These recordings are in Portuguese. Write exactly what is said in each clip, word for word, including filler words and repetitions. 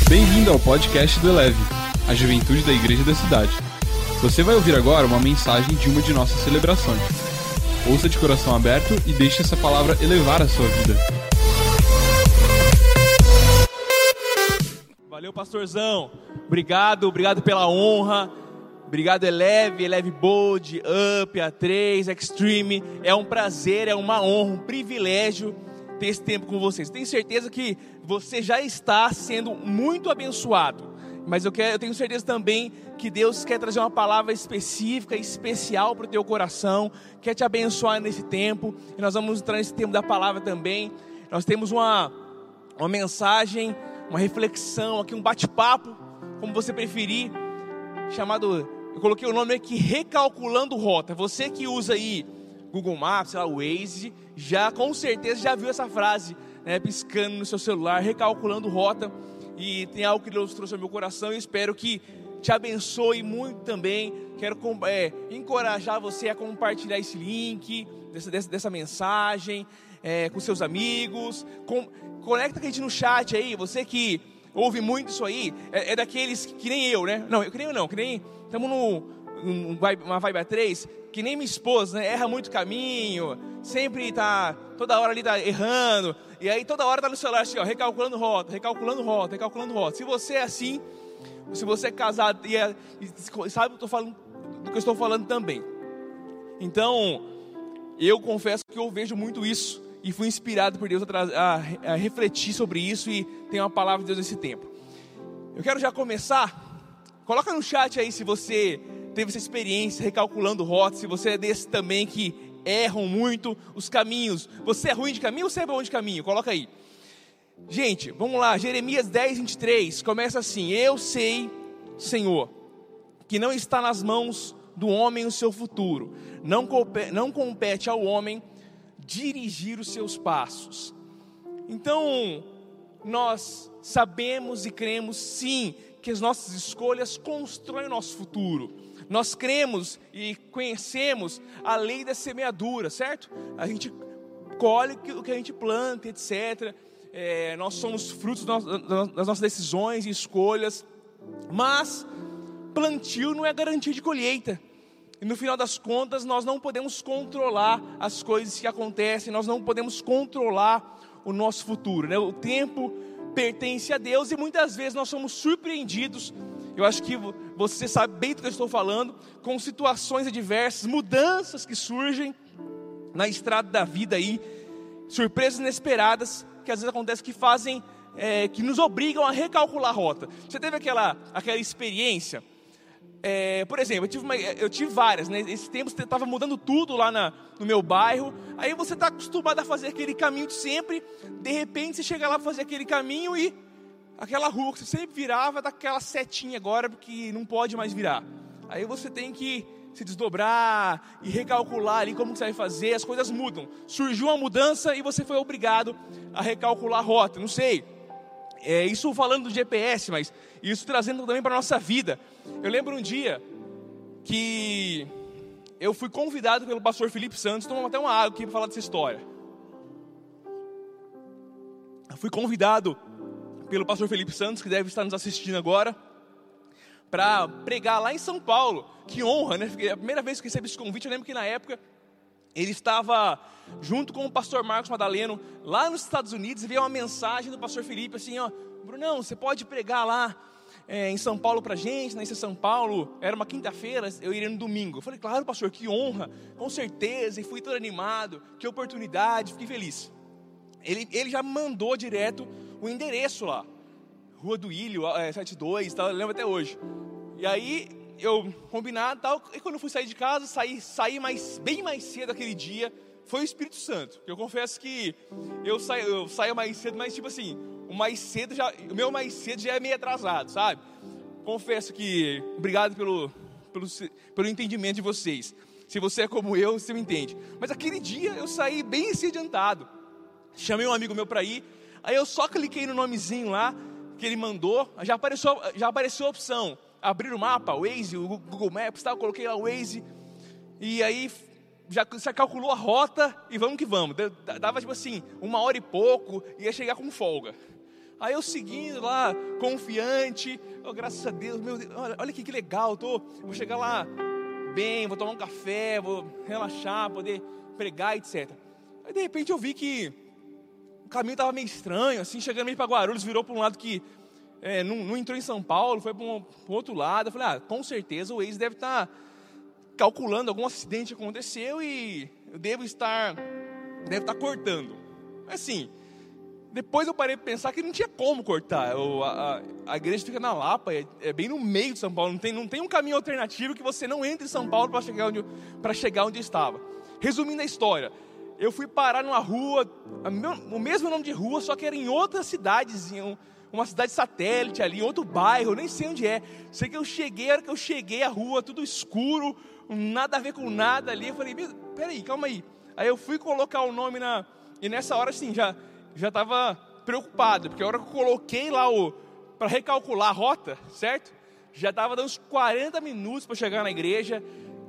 Bem-vindo ao podcast do Eleve, a juventude da igreja da cidade. Você vai ouvir agora uma mensagem de uma de nossas celebrações. Ouça de coração aberto e deixe essa palavra elevar a sua vida. Valeu, pastorzão. Obrigado, obrigado pela honra. Obrigado, Eleve, Eleve Bold, Up, A três, Extreme. É um prazer, é uma honra, um privilégio ter esse tempo com vocês. Tenho certeza que você já está sendo muito abençoado. Mas eu, quero, eu tenho certeza também que Deus quer trazer uma palavra específica, especial para o teu coração. Quer te abençoar nesse tempo. E nós vamos entrar nesse tempo da palavra também. Nós temos uma, uma mensagem, uma reflexão aqui, um bate-papo, como você preferir, chamado, eu coloquei o nome aqui, Recalculando Rota. Você que usa aí Google Maps, sei lá, Waze, já com certeza já viu essa frase, né, piscando no seu celular, recalculando rota. E tem algo que Deus trouxe ao meu coração e espero que te abençoe muito também. Quero é, encorajar você a compartilhar esse link, dessa, dessa, dessa mensagem, é, com seus amigos. Com, conecta com a gente no chat aí, você que ouve muito isso aí, é, é daqueles que, que nem eu, né? Não, eu que nem eu não, que nem, estamos no, numa vibe A três, que nem minha esposa, né? Erra muito caminho, sempre tá, toda hora ali tá errando, e aí toda hora tá no celular assim, ó, recalculando rota, recalculando rota, recalculando rota. Se você é assim, se você é casado e, é, e sabe do que, eu tô falando, do que eu estou falando também. Então, eu confesso que eu vejo muito isso, e fui inspirado por Deus a, a, a refletir sobre isso, e tem uma palavra de Deus nesse tempo. Eu quero já começar, coloca no chat aí se você teve essa experiência recalculando rotas, se você é desse também que erram muito os caminhos. Você é ruim de caminho ou você é bom de caminho? Coloca aí. Gente, vamos lá, Jeremias dez, vinte e três, começa assim: eu sei, Senhor, que não está nas mãos do homem o seu futuro, não compete, não compete ao homem dirigir os seus passos. Então, nós sabemos e cremos sim, que as nossas escolhas constroem o nosso futuro. Nós cremos e conhecemos a lei da semeadura, certo? A gente colhe o que a gente planta, etcétera. É, nós somos frutos das nossas decisões e escolhas. Mas plantio não é garantia de colheita. E no final das contas, nós não podemos controlar as coisas que acontecem. Nós não podemos controlar o nosso futuro, né? O tempo pertence a Deus e muitas vezes nós somos surpreendidos. Eu acho que você sabe bem do que eu estou falando, com situações adversas, mudanças que surgem na estrada da vida aí, surpresas inesperadas, que às vezes acontecem, que fazem, é, que nos obrigam a recalcular a rota. Você teve aquela, aquela experiência? É, por exemplo, eu tive, uma, eu tive várias, né? Esse tempo estava mudando tudo lá na, no meu bairro. Aí você está acostumado a fazer aquele caminho de sempre. De repente você chega lá para fazer aquele caminho e aquela rua que você sempre virava, dá aquela setinha agora, porque não pode mais virar. Aí você tem que se desdobrar e recalcular ali como que você vai fazer. As coisas mudam. Surgiu uma mudança e você foi obrigado a recalcular a rota. Não sei, é, isso falando do G P S, mas isso trazendo também para a nossa vida. Eu lembro um dia que eu fui convidado pelo pastor Felipe Santos, tomamos até uma água aqui para falar dessa história. Eu fui convidado pelo pastor Felipe Santos, que deve estar nos assistindo agora, para pregar lá em São Paulo. Que honra, né? A primeira vez que eu recebi esse convite, eu lembro que na época ele estava junto com o pastor Marcos Madaleno lá nos Estados Unidos, e veio uma mensagem do pastor Felipe assim, ó: Brunão, você pode pregar lá é, em São Paulo pra gente, né? Em São Paulo, era uma quinta-feira, eu iria no domingo. Eu falei, claro, pastor, que honra, com certeza, e fui todo animado, que oportunidade, fiquei feliz. Ele, ele já mandou direto o endereço lá, Rua do Ilho, é, setenta e dois, tá, eu lembro até hoje. E aí, eu combinado, tal, e quando eu fui sair de casa, saí, saí mais, bem mais cedo aquele dia, foi o Espírito Santo. Eu confesso que eu saio, eu saio mais cedo, mas tipo assim, o mais cedo já, o meu mais cedo já é meio atrasado, sabe? Confesso que, obrigado pelo, pelo, pelo entendimento de vocês. Se você é como eu, você me entende. Mas aquele dia eu saí bem assim adiantado. Chamei um amigo meu para ir, aí eu só cliquei no nomezinho lá que ele mandou, já apareceu, já apareceu a opção, abrir o mapa, o Waze, o Google Maps, tá? Eu coloquei lá o Waze, e aí já, já calculou a rota, e vamos que vamos. Dava tipo assim, uma hora e pouco, ia chegar com folga. Aí eu seguindo lá, confiante, oh, graças a Deus, meu Deus, olha, olha aqui que legal, tô, vou chegar lá bem, vou tomar um café, vou relaxar, poder pregar, etcétera. Aí de repente eu vi que o caminho estava meio estranho, assim, chegando meio para Guarulhos, virou para um lado que é, não, não entrou em São Paulo, foi para um, um outro lado. Eu falei, ah, com certeza o Waze deve estar calculando algum acidente que aconteceu e eu devo estar, deve estar cortando. Assim, depois eu parei para pensar que não tinha como cortar. Eu, a, a igreja fica na Lapa, é, é bem no meio de São Paulo, não tem, não tem um caminho alternativo que você não entre em São Paulo para chegar onde, para chegar onde eu estava. Resumindo a história, eu fui parar numa rua, o mesmo nome de rua, só que era em outra cidadezinha, uma cidade satélite ali, em outro bairro, eu nem sei onde é. Sei que eu cheguei, era que eu cheguei à rua, tudo escuro, nada a ver com nada ali. Eu falei, peraí, calma aí. Aí eu fui colocar o nome na... E nessa hora, assim, já já estava preocupado, porque a hora que eu coloquei lá o para recalcular a rota, certo? Já estava dando uns quarenta minutos para chegar na igreja.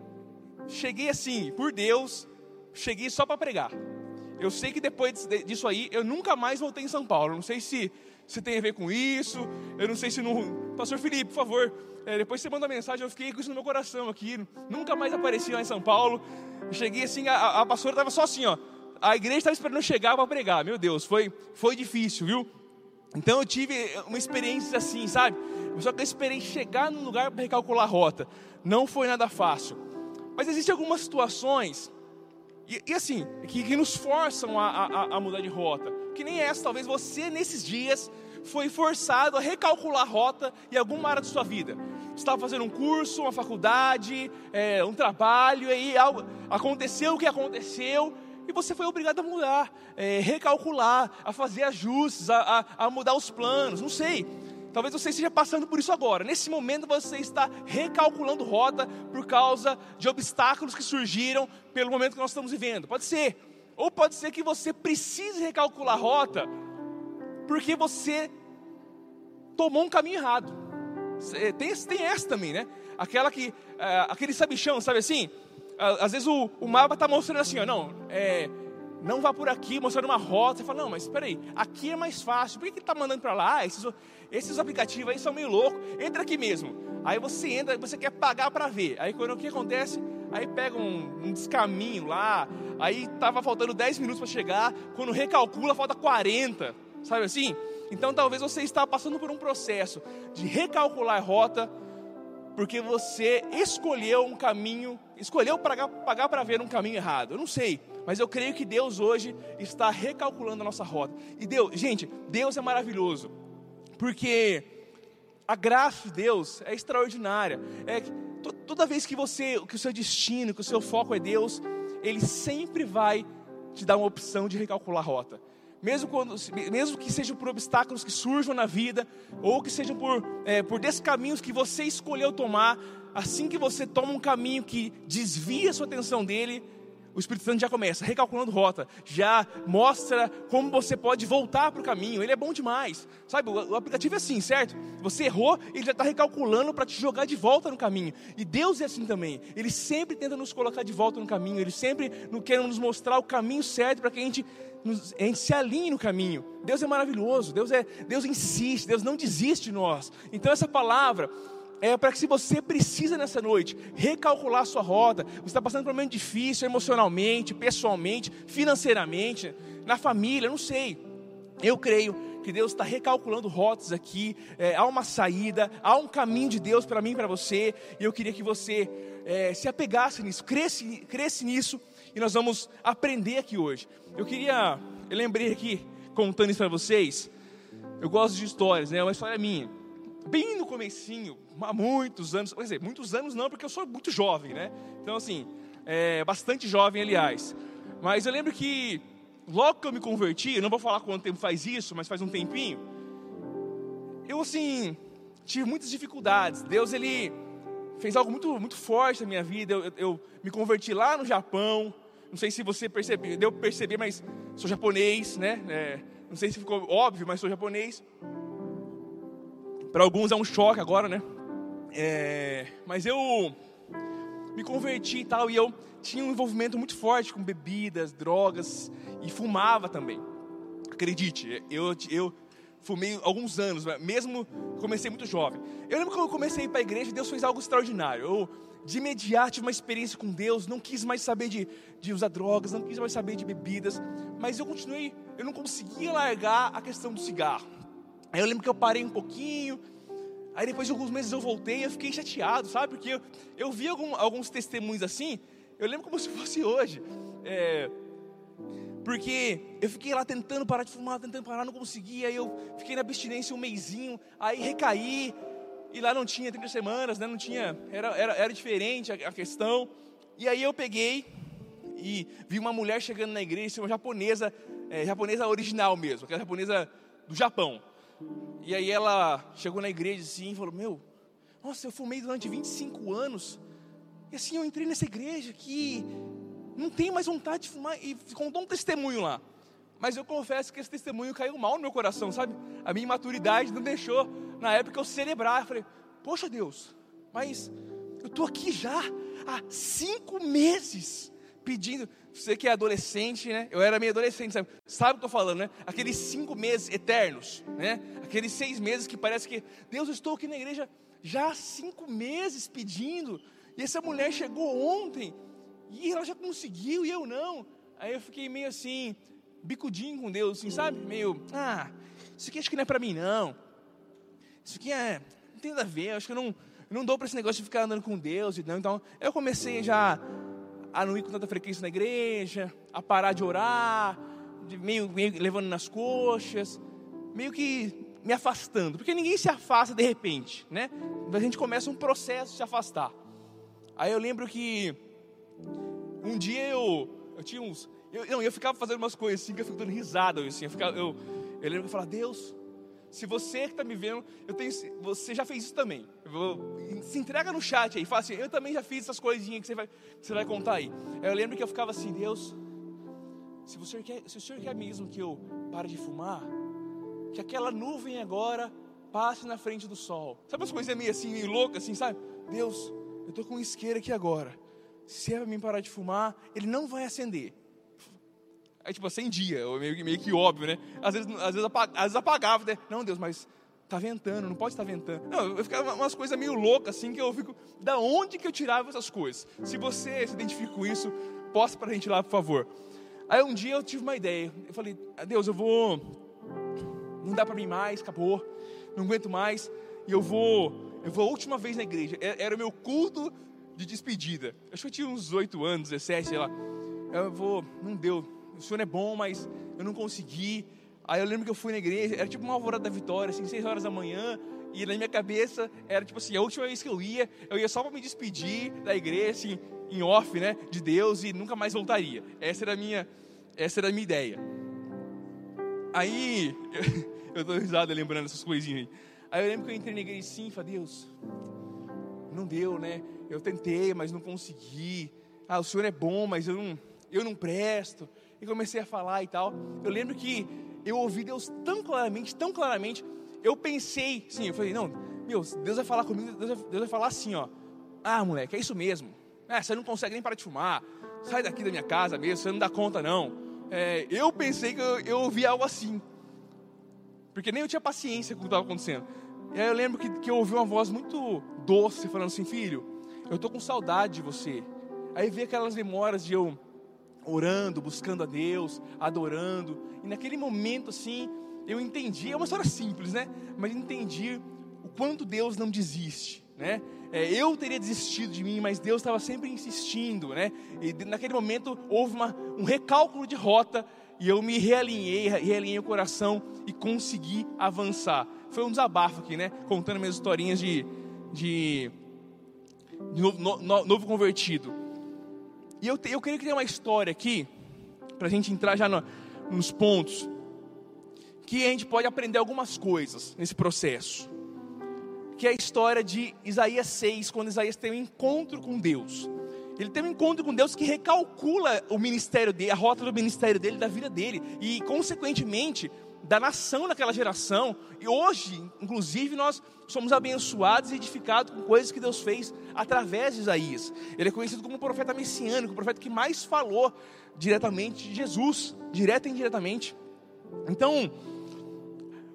Cheguei assim, por Deus, cheguei só para pregar. Eu sei que depois disso aí, eu nunca mais voltei em São Paulo. Não sei se, se tem a ver com isso. Eu não sei se não... Pastor Felipe, por favor, é, depois você manda uma mensagem. Eu fiquei com isso no meu coração aqui. Nunca mais apareci lá em São Paulo. Cheguei assim, a, a pastora estava só assim, ó. A igreja estava esperando eu chegar para pregar. Meu Deus, foi, foi difícil, viu? Então eu tive uma experiência assim, sabe? Só que eu esperei chegar num lugar para recalcular a rota. Não foi nada fácil. Mas existem algumas situações... E, e assim, que, que nos forçam a, a, a mudar de rota. Que nem essa, talvez você nesses dias foi forçado a recalcular a rota em alguma área da sua vida. Você estava fazendo um curso, uma faculdade, é, um trabalho, e aí algo, aconteceu o que aconteceu, e você foi obrigado a mudar, é, recalcular, a fazer ajustes, a, a, a mudar os planos, não sei. Talvez você esteja passando por isso agora. Nesse momento você está recalculando rota por causa de obstáculos que surgiram pelo momento que nós estamos vivendo. Pode ser. Ou pode ser que você precise recalcular rota porque você tomou um caminho errado. Tem, tem essa também, né? Aquela que, é, aquele sabichão, sabe assim? Às vezes o, o mapa está mostrando assim, ó, não, é... não vá por aqui, mostrando uma rota. Você fala, não, mas espera aí, aqui é mais fácil. Por que, que ele está mandando para lá? Esses, esses aplicativos aí são meio loucos. Entra aqui mesmo. Aí você entra, você quer pagar para ver. Aí quando o que acontece? Aí pega um, um descaminho lá. Aí estava faltando dez minutos para chegar. Quando recalcula, falta quarenta. Sabe assim? Então talvez você está passando por um processo de recalcular a rota, porque você escolheu um caminho, escolheu pagar, pagar para ver um caminho errado. Eu não sei. Mas eu creio que Deus hoje está recalculando a nossa rota. E Deus, gente, Deus é maravilhoso. Porque a graça de Deus é extraordinária. É, toda vez que você, que o seu destino, que o seu foco é Deus, Ele sempre vai te dar uma opção de recalcular a rota. Mesmo, quando, mesmo que sejam por obstáculos que surjam na vida, ou que sejam por, é, por descaminhos que você escolheu tomar, assim que você toma um caminho que desvia a sua atenção dele, o Espírito Santo já começa, recalculando rota, já mostra como você pode voltar para o caminho. Ele é bom demais, sabe, o, o aplicativo é assim, certo? Você errou, ele já está recalculando para te jogar de volta no caminho. E Deus é assim também, Ele sempre tenta nos colocar de volta no caminho, Ele sempre quer nos mostrar o caminho certo para que a gente, nos, a gente se alinhe no caminho. Deus é maravilhoso, Deus, é, Deus insiste, Deus não desiste de nós. Então essa palavra é para que, se você precisa nessa noite recalcular a sua rota, você está passando por um momento difícil emocionalmente, pessoalmente, financeiramente, na família, não sei. Eu creio que Deus está recalculando rotas aqui, é, há uma saída, há um caminho de Deus para mim e para você, e eu queria que você é, se apegasse nisso, cresce, cresce nisso, e nós vamos aprender aqui hoje. Eu queria, eu lembrei aqui, contando isso para vocês, eu gosto de histórias, né? É uma história minha. Bem no comecinho, há muitos anos, quer dizer, muitos anos não, porque eu sou muito jovem, né? Então assim, é, bastante jovem, aliás. Mas eu lembro que, logo que eu me converti, eu não vou falar quanto tempo faz isso, mas faz um tempinho, eu assim, tive muitas dificuldades. Deus, Ele fez algo muito, muito forte na minha vida. Eu, eu, eu me converti lá no Japão, não sei se você percebeu, deu para perceber, mas sou japonês, né? É, não sei se ficou óbvio, mas sou japonês. Para alguns é um choque agora, né? É, mas eu me converti e tal, e eu tinha um envolvimento muito forte com bebidas, drogas, e fumava também. Acredite, eu, eu fumei alguns anos, mesmo comecei muito jovem. Eu lembro que quando eu comecei a ir para a igreja, Deus fez algo extraordinário. Eu, de imediato, tive uma experiência com Deus, não quis mais saber de, de usar drogas, não quis mais saber de bebidas, mas eu continuei, eu não conseguia largar a questão do cigarro. Aí eu lembro que eu parei um pouquinho, aí depois de alguns meses eu voltei e eu fiquei chateado, sabe? Porque eu, eu vi algum, alguns testemunhos assim, eu lembro como se fosse hoje, é, porque eu fiquei lá tentando parar de fumar, tentando parar, não conseguia, aí eu fiquei na abstinência um mesinho, aí recaí, e lá não tinha trinta semanas, né? Não tinha, era, era, era diferente a, a questão, e aí eu peguei e vi uma mulher chegando na igreja, uma japonesa, é, japonesa original mesmo, aquela japonesa do Japão. E aí ela chegou na igreja assim e falou, meu, nossa, eu fumei durante vinte e cinco anos, e assim eu entrei nessa igreja que não tenho mais vontade de fumar, e contou um testemunho lá. Mas eu confesso que esse testemunho caiu mal no meu coração, sabe? A minha imaturidade não deixou, na época, eu celebrar. Eu falei, poxa Deus, mas eu estou aqui já há cinco meses pedindo. Você que é adolescente, né? Eu era meio adolescente, sabe? Sabe o que eu estou falando, né? Aqueles cinco meses eternos, né? Aqueles seis meses que parece que, Deus, eu estou aqui na igreja já há cinco meses pedindo. E essa mulher chegou ontem e ela já conseguiu e eu não. Aí eu fiquei meio assim, bicudinho com Deus, assim, sabe? Meio, ah, isso aqui acho que não é pra mim não. Isso aqui é, não tem nada a ver, acho que eu não, eu não dou pra esse negócio de ficar andando com Deus. Não. Então eu comecei já a não ir com tanta frequência na igreja, a parar de orar, de meio, meio levando nas coxas, meio que me afastando. Porque ninguém se afasta de repente, né? A gente começa um processo de se afastar. Aí eu lembro que um dia eu, eu tinha uns... Eu, não, eu ficava fazendo umas coisas assim, que eu fico dando risada. Assim, eu, ficava, eu, eu lembro que eu falava, Deus, se você que está me vendo, eu tenho, você já fez isso também. Eu vou, se entrega no chat aí, fala assim, eu também já fiz essas coisinhas que você vai, que você vai contar aí. Aí eu lembro que eu ficava assim, Deus, se, você quer, se o Senhor quer mesmo que eu pare de fumar, que aquela nuvem agora passe na frente do sol. Sabe as coisas meio assim, meio loucas assim, sabe? Deus, eu estou com um isqueiro aqui agora. Se é para mim parar de fumar, ele não vai acender. Aí tipo, acendia, meio, meio que óbvio, né? Às vezes, às vezes, apag, às vezes apagava, né? Não, Deus, mas tá ventando, não pode estar ventando. Não, eu ficava umas coisas meio loucas assim, que eu fico, da onde que eu tirava essas coisas? Se você se identifica com isso, posta pra gente lá, por favor. Aí um dia eu tive uma ideia, eu falei, Deus, eu vou, não dá pra mim mais, acabou, não aguento mais, e eu vou, eu vou a última vez na igreja, era o meu culto de despedida. Acho que eu tinha uns oito anos, dezessete, sei lá. Eu vou, não deu. O Senhor é bom, mas eu não consegui. Aí eu lembro que eu fui na igreja, era tipo uma alvorada da vitória, assim, seis horas da manhã, e na minha cabeça era tipo assim, a última vez que eu ia, eu ia só para me despedir da igreja, assim, em off, né, de Deus, e nunca mais voltaria. Essa era a minha, essa era a minha ideia. Aí, eu, eu tô risado lembrando essas coisinhas aí. Aí eu lembro que eu entrei na igreja assim, e falei, Deus, não deu, né, eu tentei, mas não consegui. Ah, o Senhor é bom, mas eu não, eu não presto. E comecei a falar e tal. Eu lembro que eu ouvi Deus tão claramente, tão claramente. Eu pensei, sim, eu falei, não, meu, Deus vai falar comigo, Deus vai, Deus vai falar assim, ó. Ah, moleque, é isso mesmo. É, você não consegue nem parar de fumar. Sai daqui da minha casa mesmo, você não dá conta não. É, eu pensei que eu, eu ouvi algo assim. Porque nem eu tinha paciência com o que estava acontecendo. E aí eu lembro que, que eu ouvi uma voz muito doce, falando assim, filho, eu tô com saudade de você. Aí veio aquelas memórias de eu orando, buscando a Deus, adorando, e naquele momento assim, eu entendi, é uma história simples, né, mas entendi o quanto Deus não desiste, né, é, eu teria desistido de mim, mas Deus estava sempre insistindo, né, e naquele momento houve uma, um recálculo de rota, e eu me realinhei, realinhei o coração, e consegui avançar. Foi um desabafo aqui, né, contando minhas historinhas de, de, de novo, no, novo convertido. E eu, te, eu queria criar uma história aqui, para a gente entrar já no, nos pontos, que a gente pode aprender algumas coisas nesse processo. Que é a história de Isaías seis, quando Isaías tem um encontro com Deus. Ele tem um encontro com Deus que recalcula o ministério dele, a rota do ministério dele, da vida dele. E consequentemente, da nação naquela geração. E hoje, inclusive, nós somos abençoados e edificados com coisas que Deus fez através de Isaías. Ele é conhecido como o profeta messiânico, o profeta que mais falou diretamente de Jesus, direta e indiretamente. Então,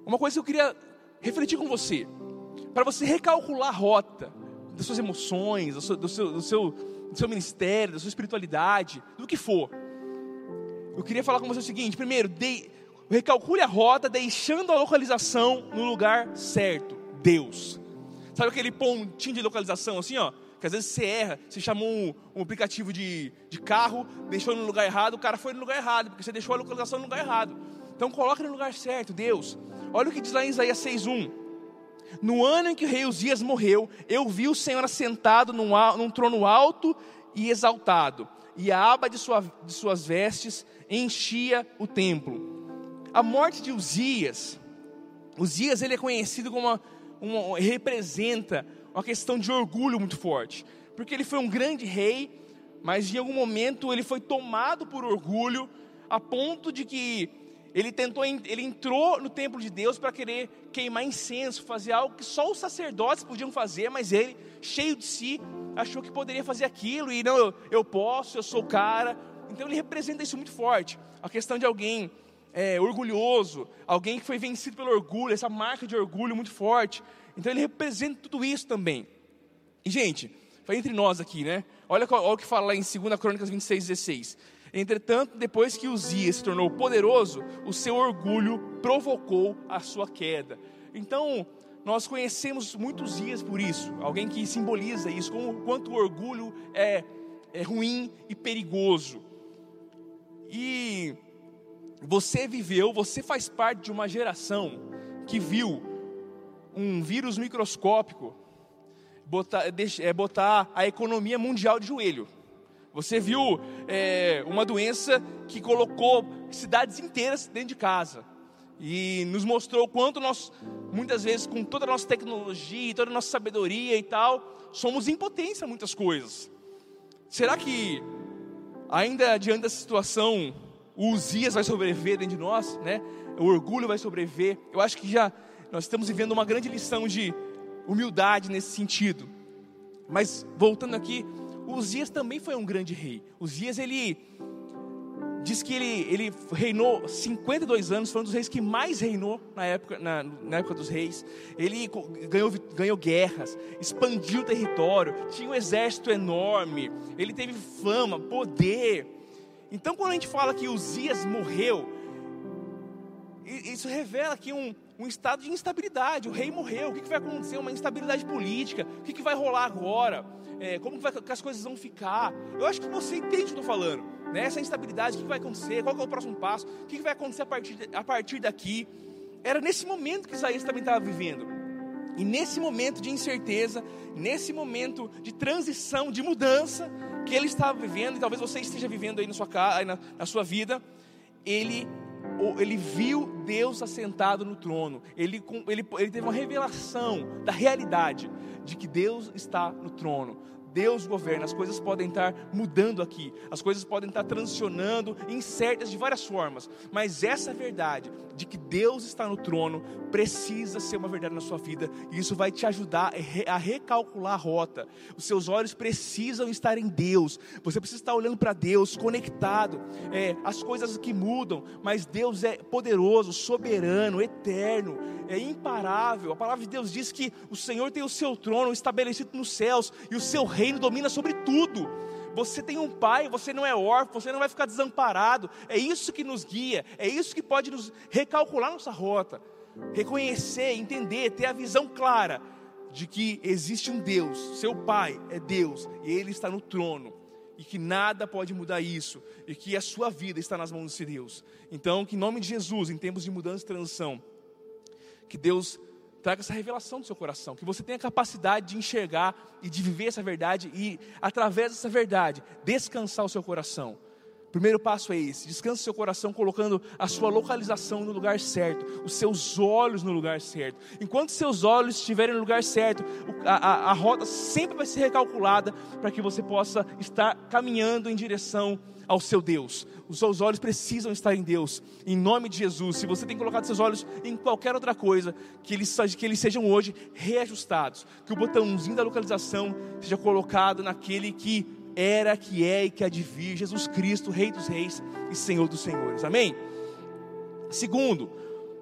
uma coisa que eu queria refletir com você, para você recalcular a rota das suas emoções, do seu, do seu, do seu, do seu ministério, da sua espiritualidade, do que for. Eu queria falar com você o seguinte: primeiro, de, recalcule a rota deixando a localização no lugar certo, Deus. Sabe aquele pontinho de localização assim, ó? Que às vezes você erra, você chamou um, um aplicativo de, de carro, deixou no lugar errado, o cara foi no lugar errado, porque você deixou a localização no lugar errado. Então coloque no lugar certo, Deus. Olha o que diz lá em Isaías seis um. No ano em que o rei Uzias morreu, eu vi o Senhor assentado num, num trono alto e exaltado, e a aba de, sua, de suas vestes enchia o templo. A morte de Uzias, Uzias ele é conhecido como uma, uma, representa uma questão de orgulho muito forte, porque ele foi um grande rei, mas em algum momento ele foi tomado por orgulho, a ponto de que ele tentou, ele entrou no templo de Deus para querer queimar incenso, fazer algo que só os sacerdotes podiam fazer, mas ele, cheio de si, achou que poderia fazer aquilo, e não, eu, eu posso, eu sou o cara. Então ele representa isso muito forte, a questão de alguém é, orgulhoso, alguém que foi vencido pelo orgulho, essa marca de orgulho muito forte. Então ele representa tudo isso também. E gente, foi entre nós aqui, né? Olha, olha o que fala lá em segunda Crônicas vinte e seis, dezesseis. Entretanto, depois que Uzias se tornou poderoso, o seu orgulho provocou a sua queda. Então, nós conhecemos muitos Uzias por isso, alguém que simboliza isso, como o quanto o orgulho é, é ruim e perigoso. E você viveu, você faz parte de uma geração que viu um vírus microscópico botar, é, botar a economia mundial de joelho. Você viu é, uma doença que colocou cidades inteiras dentro de casa. E nos mostrou o quanto nós, muitas vezes, com toda a nossa tecnologia, toda a nossa sabedoria e tal, somos impotentes a muitas coisas. Será que, ainda diante dessa situação, o Uzias vai sobreviver dentro de nós, né? O orgulho vai sobreviver? Eu acho que já nós estamos vivendo uma grande lição de humildade nesse sentido. Mas, voltando aqui, Uzias também foi um grande rei. Uzias, ele diz que ele, ele reinou cinquenta e dois anos, foi um dos reis que mais reinou na época, na, na época dos reis. Ele ganhou, ganhou guerras, expandiu o território, tinha um exército enorme, ele teve fama, poder. Então, quando a gente fala que Uzias morreu, isso revela aqui um, um estado de instabilidade. O rei morreu, o que, que vai acontecer? Uma instabilidade política, o que, que vai rolar agora? É, como que, vai, que as coisas vão ficar? Eu acho que você entende o que eu estou falando, né? Essa instabilidade, o que vai acontecer? Qual que é o próximo passo? O que, que vai acontecer a partir, de, a partir daqui? Era nesse momento que Isaías também estava vivendo. E nesse momento de incerteza, nesse momento de transição, de mudança que ele estava vivendo, e talvez você esteja vivendo aí na sua, aí na, na sua vida, ele, ele viu Deus assentado no trono. Ele, ele, ele teve uma revelação da realidade de que Deus está no trono. Deus governa, as coisas podem estar mudando aqui, as coisas podem estar transicionando, incertas de várias formas, mas essa verdade de que Deus está no trono precisa ser uma verdade na sua vida, e isso vai te ajudar a recalcular a rota. Os seus olhos precisam estar em Deus, você precisa estar olhando para Deus, conectado. É, as coisas que mudam, mas Deus é poderoso, soberano, eterno, é imparável. A palavra de Deus diz que o Senhor tem o seu trono estabelecido nos céus, e o seu reino domina sobre tudo. Você tem um pai, você não é órfão, você não vai ficar desamparado. É isso que nos guia, é isso que pode nos recalcular nossa rota, reconhecer, entender, ter a visão clara de que existe um Deus, seu pai é Deus, e Ele está no trono, e que nada pode mudar isso, e que a sua vida está nas mãos desse Deus. Então, que em nome de Jesus, em tempos de mudança e transição, que Deus traga essa revelação do seu coração, que você tenha a capacidade de enxergar e de viver essa verdade, e através dessa verdade, descansar o seu coração. O primeiro passo é esse: descanse o seu coração colocando a sua localização no lugar certo, os seus olhos no lugar certo. Enquanto seus olhos estiverem no lugar certo, a, a, a rota sempre vai ser recalculada, para que você possa estar caminhando em direção ao seu Deus. Os seus olhos precisam estar em Deus, em nome de Jesus. Se você tem colocado seus olhos em qualquer outra coisa, que eles, que eles sejam hoje reajustados, que o botãozinho da localização seja colocado naquele que era, que é e que há de vir, Jesus Cristo, Rei dos Reis e Senhor dos Senhores, amém? Segundo,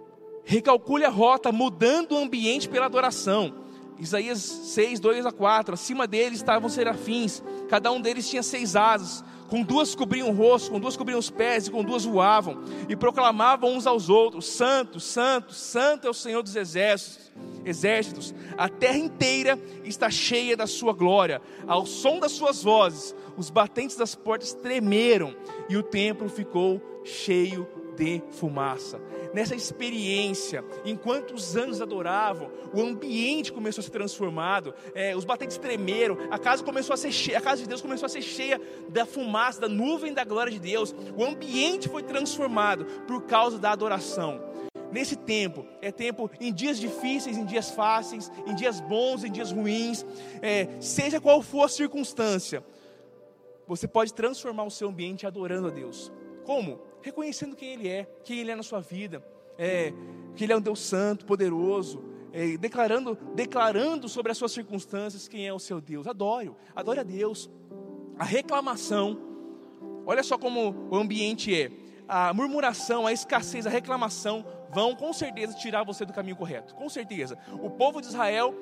recalcule a rota, mudando o ambiente pela adoração. Isaías seis, dois a quatro, acima deles estavam serafins, cada um deles tinha seis asas, com duas cobriam o rosto, com duas cobriam os pés, e com duas voavam, e proclamavam uns aos outros: Santo, Santo, Santo é o Senhor dos exércitos, exércitos, a terra inteira está cheia da sua glória. Ao som das suas vozes, os batentes das portas tremeram, e o templo ficou cheio de fumaça. Nessa experiência, enquanto os anjos adoravam, o ambiente começou a ser transformado, é, os batentes tremeram, a casa começou a ser cheia, a casa de Deus começou a ser cheia da fumaça, da nuvem da glória de Deus. O ambiente foi transformado por causa da adoração. Nesse tempo, é tempo em dias difíceis, em dias fáceis, em dias bons, em dias ruins, é, seja qual for a circunstância, você pode transformar o seu ambiente adorando a Deus. Como? Reconhecendo quem Ele é, quem Ele é na sua vida, é, que Ele é um Deus santo, poderoso, é, declarando, declarando sobre as suas circunstâncias quem é o seu Deus. Adore-o, adore a Deus. A reclamação, olha só como o ambiente é, a murmuração, a escassez, a reclamação vão com certeza tirar você do caminho correto, com certeza. O povo de Israel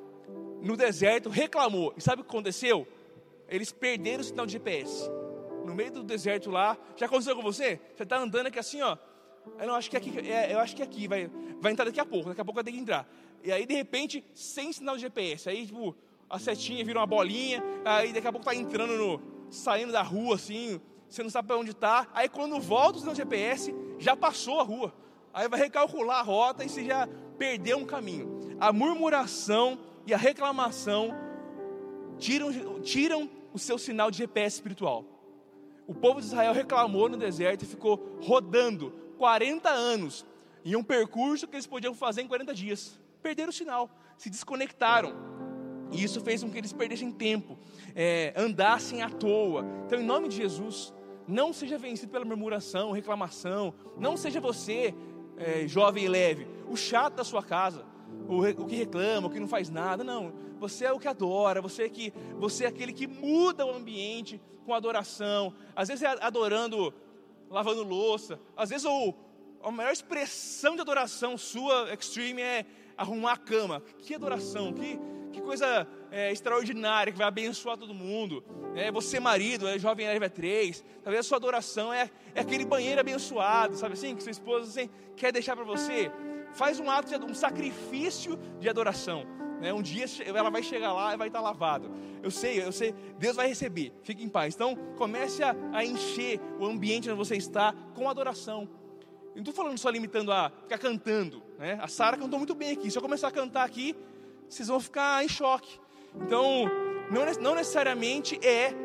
no deserto reclamou, e sabe o que aconteceu? Eles perderam o sinal de G P S. No meio do deserto lá, já aconteceu com você? Você está andando aqui assim, ó. Eu não acho que é aqui, é, eu acho que é aqui, vai, vai entrar daqui a pouco, daqui a pouco vai ter que entrar. E aí de repente, sem sinal de G P S, aí tipo, a setinha vira uma bolinha, aí daqui a pouco está entrando no, saindo da rua assim, você não sabe para onde está. Aí quando volta o sinal de G P S, já passou a rua. Aí vai recalcular a rota e você já perdeu um caminho. A murmuração e a reclamação tiram, tiram o seu sinal de G P S espiritual. O povo de Israel reclamou no deserto e ficou rodando quarenta anos em um percurso que eles podiam fazer em quarenta dias. Perderam o sinal, se desconectaram. E isso fez com que eles perdessem tempo, é, andassem à toa. Então, em nome de Jesus, não seja vencido pela murmuração, reclamação. Não seja você, é, jovem e leve, o chato da sua casa, o, o que reclama, o que não faz nada. Não, você é o que adora, você é, que, você é aquele que muda o ambiente com adoração. Às vezes é adorando, lavando louça. Às vezes o, a maior expressão de adoração sua, extreme, é arrumar a cama. Que adoração, que, que coisa é, extraordinária, que vai abençoar todo mundo. É, você marido, é jovem leve três, talvez a sua adoração é, é aquele banheiro abençoado, sabe assim, que sua esposa assim, quer deixar para você. Faz um ato, de, um sacrifício de adoração. Um dia ela vai chegar lá e vai estar lavado. Eu sei, eu sei, Deus vai receber. Fique em paz. Então comece a, a encher o ambiente onde você está com adoração. Eu não estou falando só limitando a ficar cantando, né? A Sara cantou muito bem aqui. Se eu começar a cantar aqui, vocês vão ficar em choque. Então não, não necessariamente é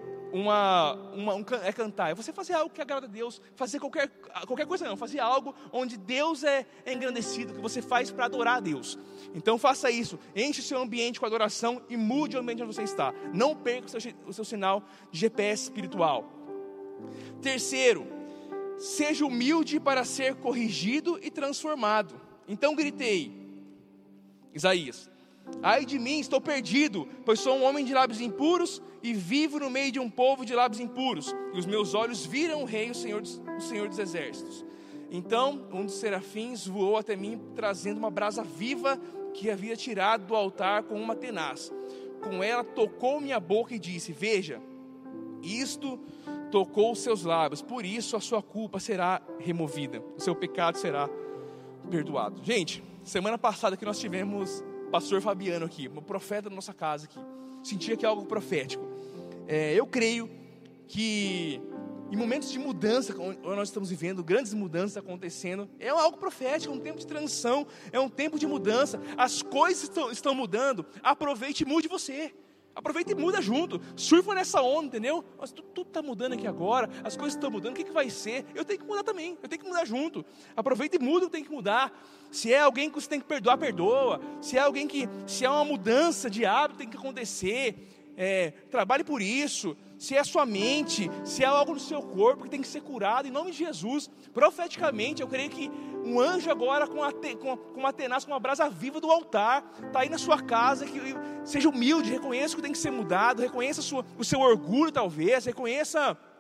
uma, uma um, é cantar, é você fazer algo que agrada a Deus, fazer qualquer, qualquer coisa não, fazer algo onde Deus é, é engrandecido, que você faz para adorar a Deus. Então faça isso, enche o seu ambiente com adoração e mude o ambiente onde você está. Não perca o seu, o seu sinal de G P S espiritual. Terceiro, seja humilde para ser corrigido e transformado. Então gritei, Isaías: ai de mim, estou perdido, pois sou um homem de lábios impuros e vivo no meio de um povo de lábios impuros, e os meus olhos viram o rei, o Senhor dos, o Senhor dos exércitos. Então um dos serafins voou até mim, trazendo uma brasa viva que havia tirado do altar com uma tenaz. Com ela tocou minha boca e disse: veja, isto tocou os seus lábios, por isso a sua culpa será removida, o seu pecado será perdoado. Gente, semana passada que nós tivemos pastor Fabiano aqui, o profeta da nossa casa aqui, sentia que é algo profético. É, eu creio que em momentos de mudança, onde nós estamos vivendo, grandes mudanças acontecendo, é algo profético, é um tempo de transição, é um tempo de mudança, as coisas estão, estão mudando. Aproveite e mude você, aproveita e muda junto, surfa nessa onda, entendeu? Mas tudo está mudando aqui agora, as coisas estão mudando, o que, que vai ser? Eu tenho que mudar também, eu tenho que mudar junto. Aproveita e muda o que tem que mudar. Se é alguém que você tem que perdoar, perdoa. Se é alguém que, se é uma mudança de hábito, tem que acontecer, é, trabalhe por isso. Se é a sua mente, se é algo no seu corpo que tem que ser curado, em nome de Jesus, profeticamente, eu creio que um anjo agora com, a te, com, com uma tenaz, com uma brasa viva do altar, está aí na sua casa, que seja humilde, reconheça o que tem que ser mudado, reconheça a sua, o seu orgulho talvez, reconheça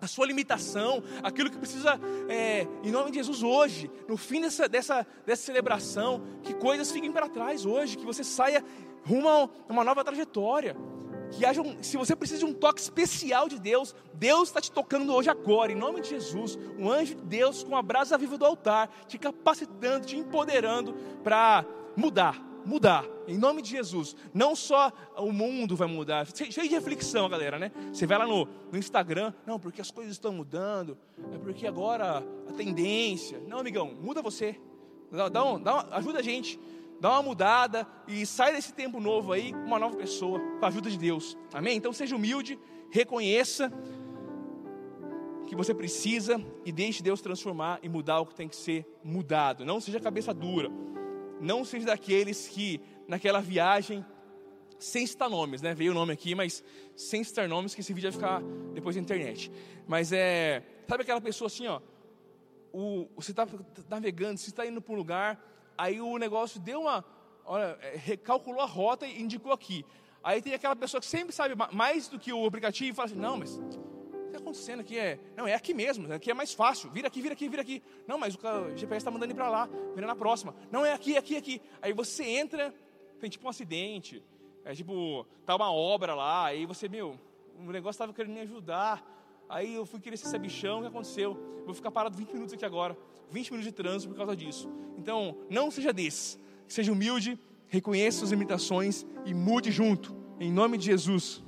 a sua limitação, aquilo que precisa, é, em nome de Jesus hoje, no fim dessa, dessa, dessa celebração, que coisas fiquem para trás hoje, que você saia rumo a uma nova trajetória, que haja um, se você precisa de um toque especial de Deus, Deus está te tocando hoje agora, em nome de Jesus, um anjo de Deus com a brasa viva do altar, te capacitando, te empoderando para mudar, mudar, em nome de Jesus. Não só o mundo vai mudar, cheio de reflexão, galera, né? Você vai lá no, no Instagram, não, porque as coisas estão mudando, é porque agora a tendência, não, amigão, muda você, dá, dá um, dá uma, ajuda a gente, dá uma mudada e sai desse tempo novo aí, uma nova pessoa, com a ajuda de Deus, amém? Então seja humilde, reconheça que você precisa e deixe Deus transformar e mudar o que tem que ser mudado. Não seja cabeça dura, não seja daqueles que naquela viagem, sem citar nomes, né? Veio o nome aqui, mas sem citar nomes, que esse vídeo vai ficar depois na internet. Mas é, sabe aquela pessoa assim, ó, o, você está navegando, você está indo para um lugar, aí o negócio deu uma, olha, recalculou a rota e indicou aqui. Aí tem aquela pessoa que sempre sabe mais do que o aplicativo e fala assim, não, mas o que está acontecendo aqui é, não, é aqui mesmo, aqui é mais fácil, vira aqui, vira aqui, vira aqui. Não, mas o, o G P S está mandando ir para lá, vira na próxima. Não, é aqui, aqui, aqui. Aí você entra, tem tipo um acidente, é tipo, tá uma obra lá, aí você, meu, o negócio estava querendo me ajudar, aí eu fui querer ser bichão, o que aconteceu? Vou ficar parado vinte minutos aqui agora, vinte minutos de trânsito por causa disso. Então, não seja desse, seja humilde, reconheça suas limitações e mude junto, em nome de Jesus.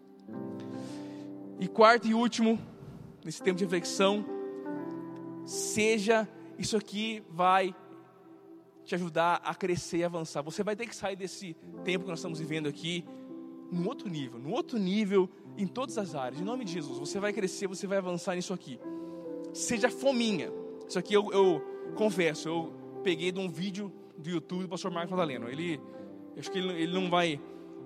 E quarto e último, nesse tempo de reflexão, seja, isso aqui vai te ajudar a crescer e avançar. Você vai ter que sair desse tempo que nós estamos vivendo aqui, num outro nível, num outro nível, em todas as áreas, em nome de Jesus. Você vai crescer, você vai avançar nisso aqui. Seja fominha. Isso aqui eu, eu confesso, eu peguei de um vídeo do YouTube do pastor Marcos Madaleno. Ele, eu acho que ele, ele não vai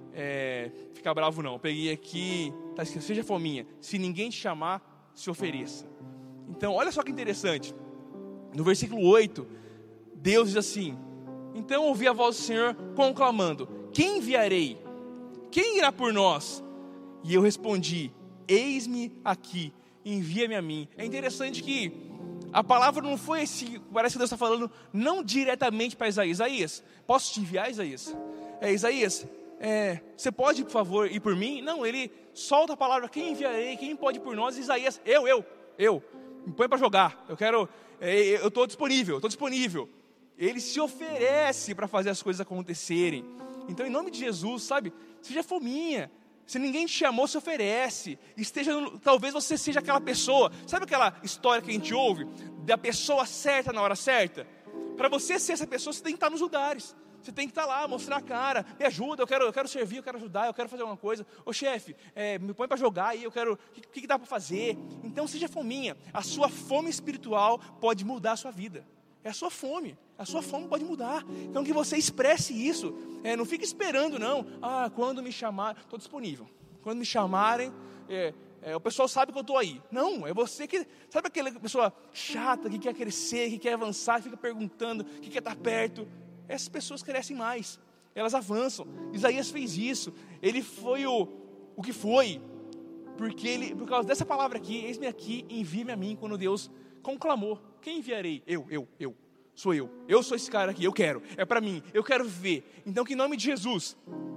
é, ficar bravo não. Eu peguei aqui, tá escrito, seja fominha, se ninguém te chamar, se ofereça. Então, olha só que interessante. No versículo oito, Deus diz assim, então ouvi a voz do Senhor conclamando, quem enviarei? Quem irá por nós? E eu respondi, eis-me aqui, envia-me a mim. É interessante que a palavra não foi esse, parece que Deus está falando não diretamente para Isaías. Isaías, posso te enviar, Isaías? É, Isaías, é, você pode, por favor, ir por mim? Não, ele solta a palavra, quem enviarei, quem pode ir por nós? Isaías, eu, eu, eu, me põe para jogar, eu quero, é, eu estou disponível, estou disponível. Ele se oferece para fazer as coisas acontecerem. Então, em nome de Jesus, sabe, seja fominha. Se ninguém te chamou, se oferece. Esteja no, talvez você seja aquela pessoa. Sabe aquela história que a gente ouve? Da pessoa certa na hora certa? Para você ser essa pessoa, você tem que estar nos lugares. Você tem que estar lá, mostrar a cara. Me ajuda, eu quero, eu quero servir, eu quero ajudar, eu quero fazer alguma coisa. Ô chefe, é, me põe para jogar aí, eu quero... O que, que, que dá para fazer? Então seja fominha. A sua fome espiritual pode mudar a sua vida. É a sua fome. A sua fome pode mudar. Então que você expresse isso. É, não fique esperando não. Ah, quando me chamar, estou disponível. Quando me chamarem, é, é, o pessoal sabe que eu estou aí. Não, é você que... Sabe aquela pessoa chata que quer crescer, que quer avançar, fica perguntando, que quer estar perto. Essas pessoas crescem mais. Elas avançam. Isaías fez isso. Ele foi o, o que foi. Porque ele, por causa dessa palavra aqui, eis-me aqui, envie-me a mim, quando Deus conclamou. Quem enviarei? Eu, eu, eu. Sou eu. Eu sou esse cara aqui, eu quero. É para mim, eu quero viver. Então que em nome de Jesus,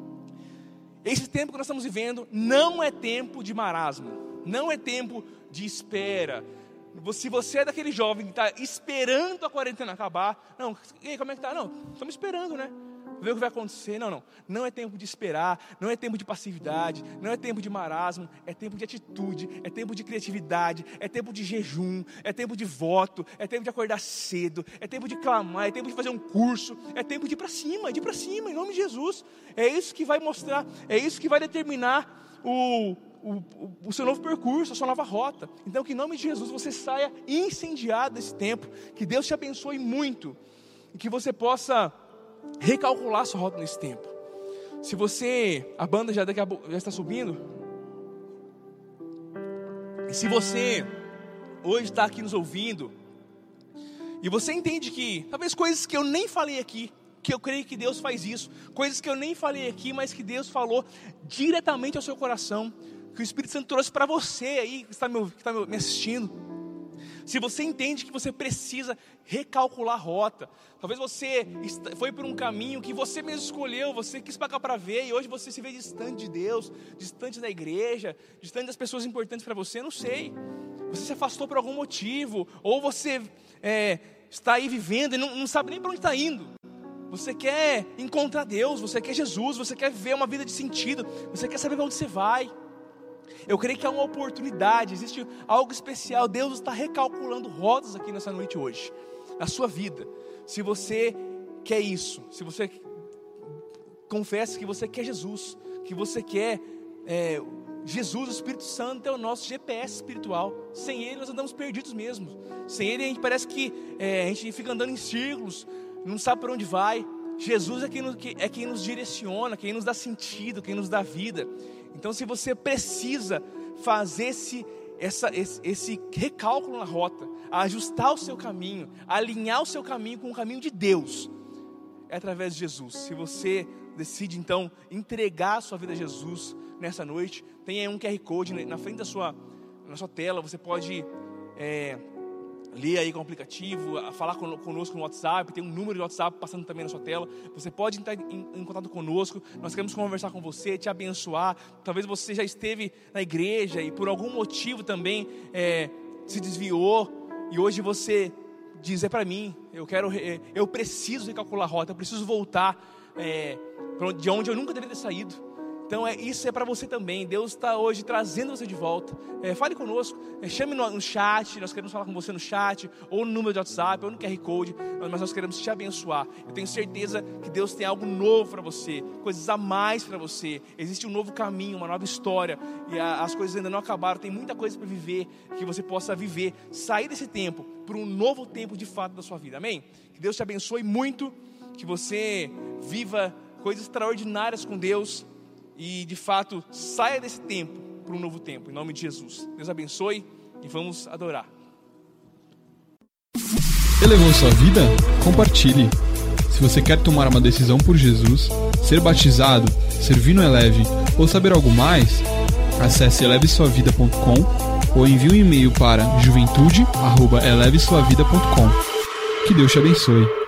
esse tempo que nós estamos vivendo não é tempo de marasmo. Não é tempo de espera. Se você é daquele jovem que está esperando a quarentena acabar, não, e aí, como é que está? Não, estamos esperando, né? Ver o que vai acontecer. Não, não. Não é tempo de esperar, não é tempo de passividade, não é tempo de marasmo, é tempo de atitude, é tempo de criatividade, é tempo de jejum, é tempo de voto, é tempo de acordar cedo, é tempo de clamar, é tempo de fazer um curso, é tempo de ir para cima, de ir para cima, em nome de Jesus. É isso que vai mostrar, é isso que vai determinar o, o, o seu novo percurso, a sua nova rota. Então que em nome de Jesus você saia incendiado desse tempo, que Deus te abençoe muito, e que você possa recalcular sua rota nesse tempo. Se você, a banda já, daqui a, já está subindo, e se você hoje está aqui nos ouvindo, e você entende que talvez coisas que eu nem falei aqui, que eu creio que Deus faz isso, coisas que eu nem falei aqui, mas que Deus falou diretamente ao seu coração, que o Espírito Santo trouxe para você aí, que está, me, que está me assistindo. Se você entende que você precisa recalcular a rota, talvez você foi por um caminho que você mesmo escolheu, você quis pagar para ver, e hoje você se vê distante de Deus, distante da igreja, distante das pessoas importantes para você, não sei. Você se afastou por algum motivo, ou você é, está aí vivendo e não, não sabe nem para onde está indo. Você quer encontrar Deus, você quer Jesus, você quer viver uma vida de sentido, você quer saber para onde você vai. Eu creio que há uma oportunidade, existe algo especial. Deus está recalculando rotas aqui nessa noite hoje, na sua vida. Se você quer isso, se você confessa que você quer Jesus, que você quer é, Jesus, o Espírito Santo é o nosso G P S espiritual. Sem Ele nós andamos perdidos mesmo. Sem Ele a gente parece que é, a gente fica andando em círculos, não sabe para onde vai. Jesus é quem, nos, é quem nos direciona, quem nos dá sentido, quem nos dá vida. Então, se você precisa fazer esse, essa, esse, esse recálculo na rota, ajustar o seu caminho, alinhar o seu caminho com o caminho de Deus, é através de Jesus. Se você decide, então, entregar a sua vida a Jesus nessa noite, tem aí um Q R Code na frente da sua, na sua tela. Você pode é, ler aí com o aplicativo, falar conosco no WhatsApp, tem um número de WhatsApp passando também na sua tela. Você pode entrar em, em contato conosco, nós queremos conversar com você, te abençoar. Talvez você já esteve na igreja e por algum motivo também é, se desviou, e hoje você diz, é para mim, eu quero, eu preciso recalcular a rota, eu preciso voltar é, de onde eu nunca deveria ter saído. Então é, isso é para você também. Deus está hoje trazendo você de volta. é, Fale conosco, é, chame no, no chat. Nós queremos falar com você no chat, ou no número de WhatsApp, ou no Q R Code. Mas nós queremos te abençoar. Eu tenho certeza que Deus tem algo novo para você, coisas a mais para você. Existe um novo caminho, uma nova história, e a, as coisas ainda não acabaram. Tem muita coisa para viver, que você possa viver, sair desse tempo para um novo tempo de fato da sua vida. Amém? Que Deus te abençoe muito, que você viva coisas extraordinárias com Deus e de fato saia desse tempo para um novo tempo, em nome de Jesus. Deus abençoe e vamos adorar. Elevou sua vida? Compartilhe. Se você quer tomar uma decisão por Jesus, ser batizado, servir no Eleve ou saber algo mais, acesse eleve sua vida ponto com ou envie um e-mail para juventude arroba eleve sua vida ponto com. Que Deus te abençoe.